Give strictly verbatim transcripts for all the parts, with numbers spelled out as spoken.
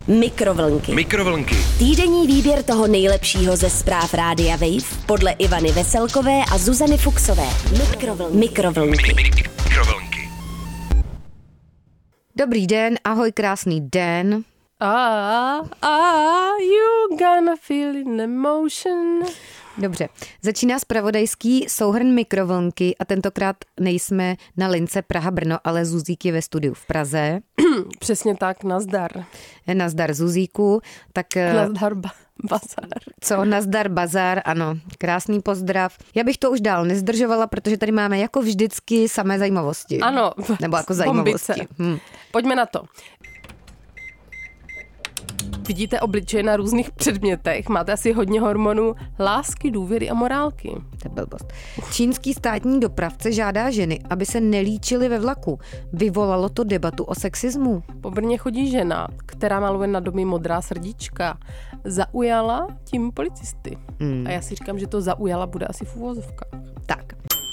Mikrovlnky. Mikrovlnky. Týdenní výběr toho nejlepšího ze zpráv Rádia Wave podle Ivany Veselkové a Zuzany Fuxové. Mikrovlnky. Mikrovlnky. Mikrovlnky. Dobrý den, ahoj, krásný den. Ah, ah, you gonna feel an emotion. Dobře, začíná zpravodajský souhrn Mikrovlnky a tentokrát nejsme na lince Praha-Brno, ale Zuzík je ve studiu v Praze. Přesně tak, nazdar. Nazdar Zuzíku. Tak, nazdar ba- bazar. Co, nazdar bazar, ano, krásný pozdrav. Já bych to už dál nezdržovala, protože tady máme jako vždycky samé zajímavosti. Ano. Nebo jako zajímavosti. Hm. Pojďme na to. Vidíte obličeje na různých předmětech, máte asi hodně hormonů lásky, důvěry a morálky. To je blbost. Čínský státní dopravce žádá ženy, aby se nelíčily ve vlaku. Vyvolalo to debatu o sexismu. Po Brně chodí žena, která maluje na domy modrá srdíčka. Zaujala tím policisty. Hmm. A já si říkám, že to zaujala bude asi v uvozovkách. Tak.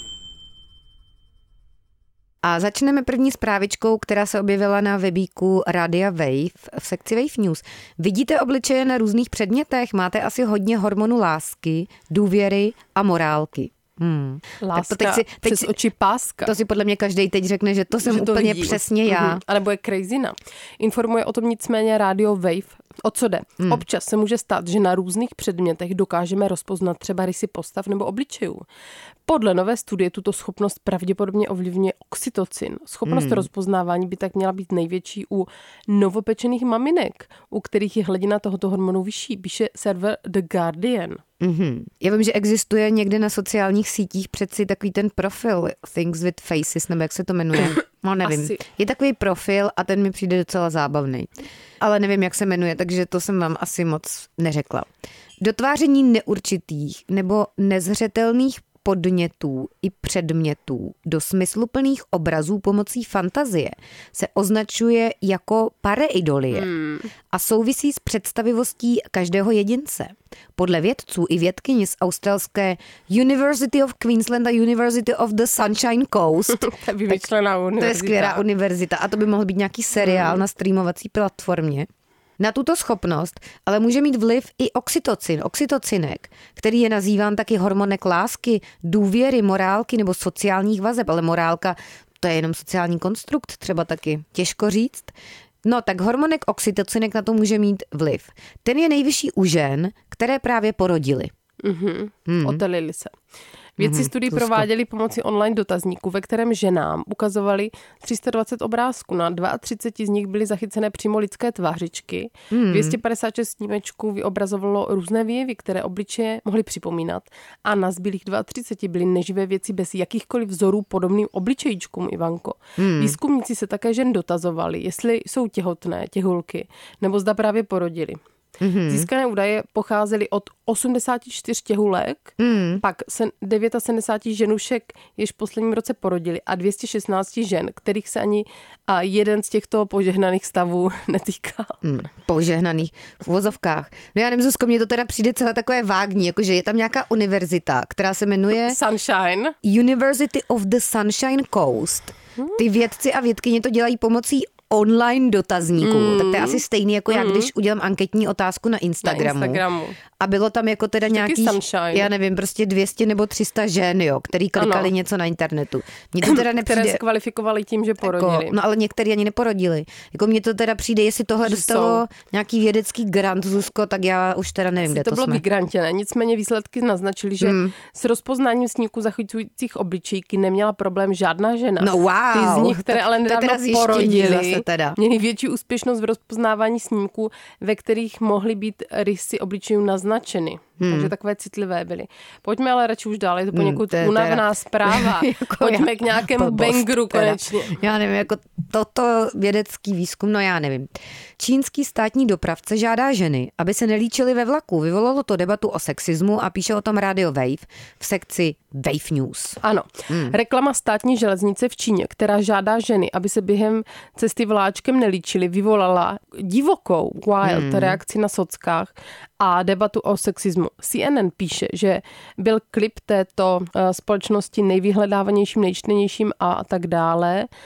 A začneme první zprávičkou, která se objevila na webíku Rádia Wave v sekci Wave News. Vidíte obličeje na různých předmětech? Máte asi hodně hormonu lásky, důvěry a morálky. Hmm. Láska tak to teď si, teď přes si, oči páska. To si podle mě každej teď řekne, že to jsem že to úplně vidí. Přesně já. Mm-hmm. A nebo je crazyna. Informuje o tom nicméně Radio Wave. O co jde? Hmm. Občas se může stát, že na různých předmětech dokážeme rozpoznat třeba rysy postav nebo obličejů. Podle nové studie tuto schopnost pravděpodobně ovlivňuje oxytocin. Schopnost hmm. rozpoznávání by tak měla být největší u novopečených maminek, u kterých je hladina tohoto hormonu vyšší, píše server The Guardian. Mm-hmm. Já vím, že existuje někde na sociálních sítích přeci takový ten profil Things with Faces, nebo jak se to jmenuje. No nevím. Asi. Je takový profil a ten mi přijde docela zábavný. Ale nevím, jak se jmenuje, takže to jsem vám asi moc neřekla. Dotváření neurčitých nebo nezřetelných podnětů i předmětů do smysluplných obrazů pomocí fantazie se označuje jako pareidolie hmm. a souvisí s představivostí každého jedince. Podle vědců i vědkyni z australské University of Queensland a University of the Sunshine Coast. To je vymyšlená univerzita. To je skvělá univerzita a to by mohl být nějaký seriál hmm. na streamovací platformě. Na tuto schopnost ale může mít vliv i oxytocin, oxytocinek, který je nazýván taky hormonek lásky, důvěry, morálky nebo sociálních vazeb, ale morálka to je jenom sociální konstrukt, třeba taky těžko říct. No tak hormonek oxytocinek na to může mít vliv. Ten je nejvyšší u žen, které právě porodily. Mm-hmm. Mm. Otelili se. Vědci mm-hmm, studii prováděli pomocí online dotazníku, ve kterém ženám ukazovali tři sta dvacet obrázků. Na třicet dva z nich byly zachycené přímo lidské tvářičky. Mm. dvě stě padesát šest snímečků vyobrazovalo různé výjevy, které obličeje mohly připomínat. A na zbylých třicet dva byly neživé věci bez jakýchkoliv vzorů podobným obličejíčkům, Ivanko. Mm. Výzkumníci se také žen dotazovali, jestli jsou těhotné, těhulky, nebo zda právě porodili. Mm-hmm. Získané údaje pocházely od osmdesát čtyři těhulek, mm. pak sedmdesát devět ženušek, jež v posledním roce porodili a dvě stě šestnáct žen, kterých se ani a jeden z těchto požehnaných stavů netýkal. Mm, požehnaných v uvozovkách. No já nevím, Zuzko, mně to teda přijde celé takové vágní, jakože je tam nějaká univerzita, která se jmenuje Sunshine. University of the Sunshine Coast. Ty vědci a vědkyně to dělají pomocí online dotazníků, mm. tak to je asi stejný jako mm. já, když udělám anketní otázku na Instagramu. Na Instagramu. A bylo tam jako teda nějakých, já nevím, prostě dvě stě nebo tři sta žen, jo, který klikali ano. něco na internetu. Mně to teda nepřijde. Které se kvalifikovali tím, že porodili. Jako, no ale některý ani neporodili. Jako mně to teda přijde, jestli tohle že dostalo jsou. Nějaký vědecký grant, Zuzko, tak já už teda nevím, asi kde to, to bylo jsme. vygrantěné. Nicméně výsledky naznačily, že mm. s rozpoznáním snímků zachycujících obličejky neměla problém žádná žena. No wow. Ty z nich, které to, ale nedávno porodili, teda. měli větší úspěšnost v rozpoznávání snímků, ve kterých mohly být rysy obličejů naznačeny. Hmm. Takže takové citlivé byly. Pojďme ale radši už dál, je to poněkud hmm, unavná zpráva. Jako Pojďme k nějakému bangru konečně. Já nevím, jako toto vědecký výzkum, no já nevím. Čínský státní dopravce žádá ženy, aby se nelíčily ve vlaku. Vyvolalo to debatu o sexismu a píše o tom Radio Wave v sekci Wave News. Ano. Hmm. Reklama státní železnice v Číně, která žádá ženy, aby se během cesty vláčkem nelíčily, vyvolala divokou wild hmm. reakci na sockách a debatu o sexismu. C N N píše, že byl klip této uh, společnosti nejvyhledávanějším, nejčtenějším a tak dále.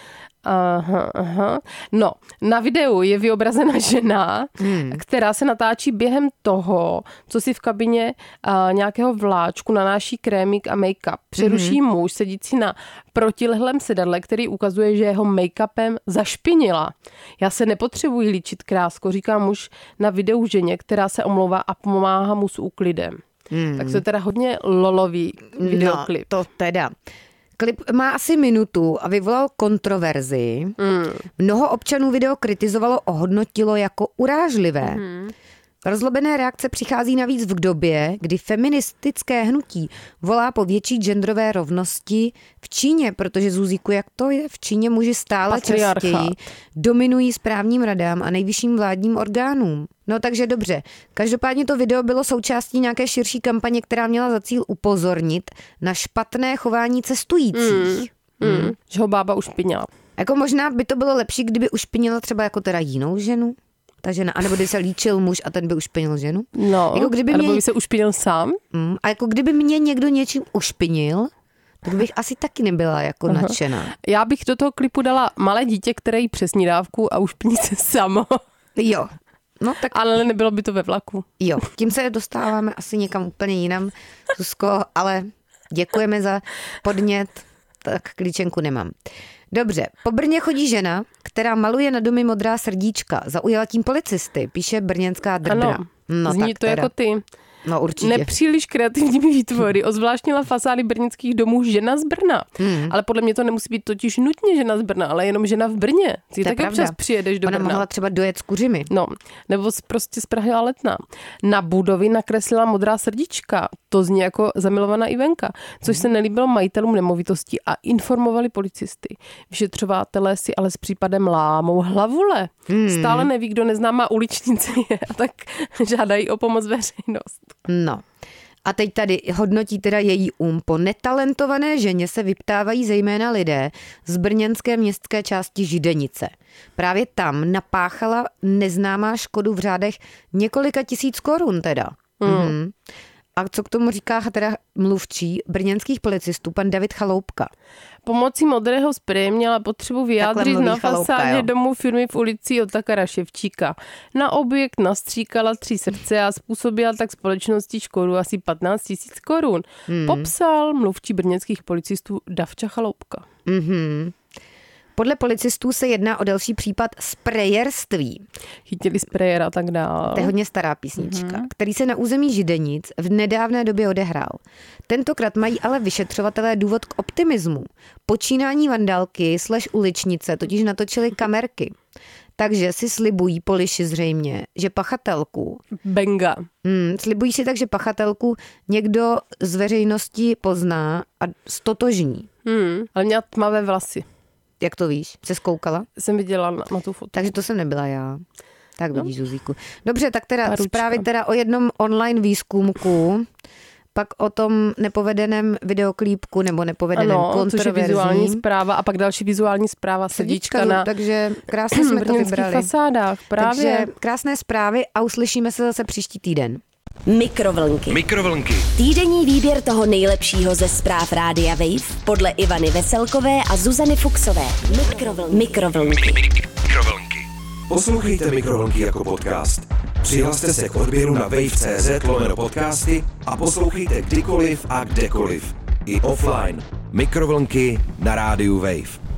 Aha, aha. No, na videu je vyobrazena žena, hmm. která se natáčí během toho, co si v kabině uh, nějakého vláčku nanáší krémik a make-up. Přeruší hmm. muž sedící na protilehlém sedadle, který ukazuje, že jeho make-upem zašpinila. Já se nepotřebuji líčit, krásko, říká muž na videu ženě, která se omlouvá a pomáhá mu s úklidem. Hmm. Tak to je teda hodně lolový videoklip. No, to teda. Klip má asi minutu a vyvolal kontroverzi. Mm. Mnoho občanů video kritizovalo, ohodnotilo jako urážlivé. Mm. Rozlobené reakce přichází navíc v době, kdy feministické hnutí volá po větší genderové rovnosti v Číně, protože Zuzíku, jak to je, v Číně muži stále častěji dominují správním radám a nejvyšším vládním orgánům. No takže dobře. Každopádně to video bylo součástí nějaké širší kampaně, která měla za cíl upozornit na špatné chování cestujících. Mm. Mm. Že ho bába ušpinila. Jako možná by to bylo lepší, kdyby ušpinila třeba jako teda jinou ženu. Ta žena, anebo by se líčil muž a ten by ušpinil ženu. No, jako kdyby anebo mě, by se ušpinil sám. Mm, a jako kdyby mě někdo něčím ušpinil, tak bych asi taky nebyla jako uh-huh. nadšená. Já bych do toho klipu dala malé dítě, které jí přesní dávku a ušpiní se samo. Jo. No, tak... Ale nebylo by to ve vlaku. Jo, tím se dostáváme asi někam úplně jinam, Zuzko, ale děkujeme za podnět, tak klíčenku nemám. Dobře, po Brně chodí žena, která maluje na domy modrá srdíčka. Zaujala tím policisty, píše brněnská Drbra. Ano, no, zní tak to teda. jako ty. No určitě. Nepříliš kreativními výtvory ozvláštnila fasády brněnských domů žena z Brna. Hmm. Ale podle mě to nemusí být totiž nutně žena z Brna, ale jenom žena v Brně. Ty taky občas přijedeš do Ona Brna. Ona mohla třeba dojet s kuřimi. No, nebo prostě z Prahy a Letná. Na budovy nakreslila modrá srdíčka. To zní jako zamilovaná Ivenka, což se nelíbilo majitelům nemovitostí a informovali policisty. Vyšetřovatelé si ale s případem lámou hlavule. Hmm. Stále neví, kdo neznámá uličnice je a tak žádají o pomoc veřejnost. No. A teď tady hodnotí teda její um. Po netalentované ženě se vyptávají zejména lidé z brněnské městské části Židenice. Právě tam napáchala neznámá škodu v řádech několika tisíc korun teda. Mm. Mhm. A co k tomu říká teda mluvčí brněnských policistů, pan David Chaloupka? Pomocí modrého spreje měla potřebu vyjádřit na fasádě domu firmy v ulici Otakara Ševčíka. Na objekt nastříkala tři srdce a způsobila tak společnosti škodu asi patnáct tisíc korun. Hmm. Popsal mluvčí brněnských policistů Davča Chaloupka. Mhm. Podle policistů se jedná o další případ sprejerství. Chytili sprejer a tak dále. To je hodně stará písnička, mm-hmm. který se na území Židenic v nedávné době odehrál. Tentokrát mají ale vyšetřovatelé důvod k optimismu. Počínání vandalky slash uličnice totiž natočili kamerky. Takže si slibují Poliši zřejmě, že pachatelku... Benga. Hmm, slibují si tak, že pachatelku někdo z veřejnosti pozná a stotožní. Hmm, ale měla tmavé vlasy. Jak to víš? Jsi zkoukala? Jsem viděla na, na tu fotku. Takže to jsem nebyla já. Tak vidíš, no. Zuzíku. Dobře, tak teda zprávy teda o jednom online výzkumku, pak o tom nepovedeném videoklípku nebo nepovedeném ano, kontroverzním. Což je vizuální zpráva a pak další vizuální zpráva srdíčka, srdíčka na... Takže krásně jsme to vybrali. fasádách, právě. Takže krásné zprávy a uslyšíme se zase příští týden. Mikrovlnky. Mikrovlnky. Týdenní výběr toho nejlepšího ze zpráv Rádia Wave podle Ivany Veselkové a Zuzany Fuxové. Mikrovlnky. Mikrovlnky. Mikrovlnky. Poslouchejte Mikrovlnky jako podcast. Přihlaste se k odběru na wave tečka cé zet lomeno podcasty a poslouchejte kdykoliv a kdekoliv. I offline. Mikrovlnky na rádiu Wave.